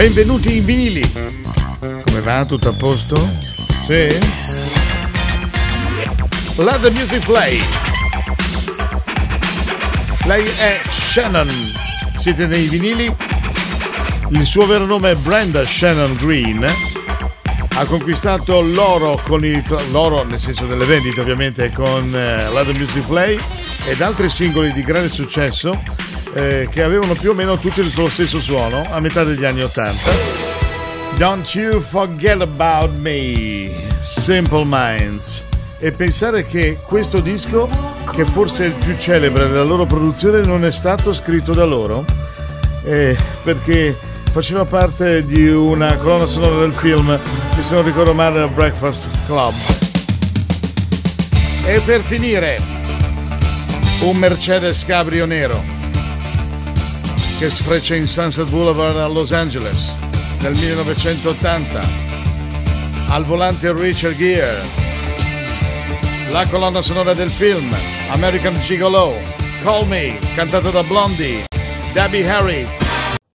Benvenuti in vinili. Come va? Tutto a posto? Sì? Let the music play. Lei è Shannon. Siete nei vinili? Il suo vero nome è Brenda Shannon Green. Ha conquistato l'oro l'oro nel senso delle vendite, ovviamente, con Let the Music Play ed altri singoli di grande successo che avevano più o meno tutti lo stesso suono a metà degli anni '80. Don't You Forget About Me, Simple Minds. E pensare che questo disco, che forse è il più celebre della loro produzione, non è stato scritto da loro, perché faceva parte di una colonna sonora del film, che se non ricordo male, Breakfast Club. E per finire, un Mercedes Cabrio nero che sfreccia in Sunset Boulevard a Los Angeles nel 1980, al volante Richard Gere, la colonna sonora del film American Gigolo, Call Me, cantata da Blondie, Debbie Harry.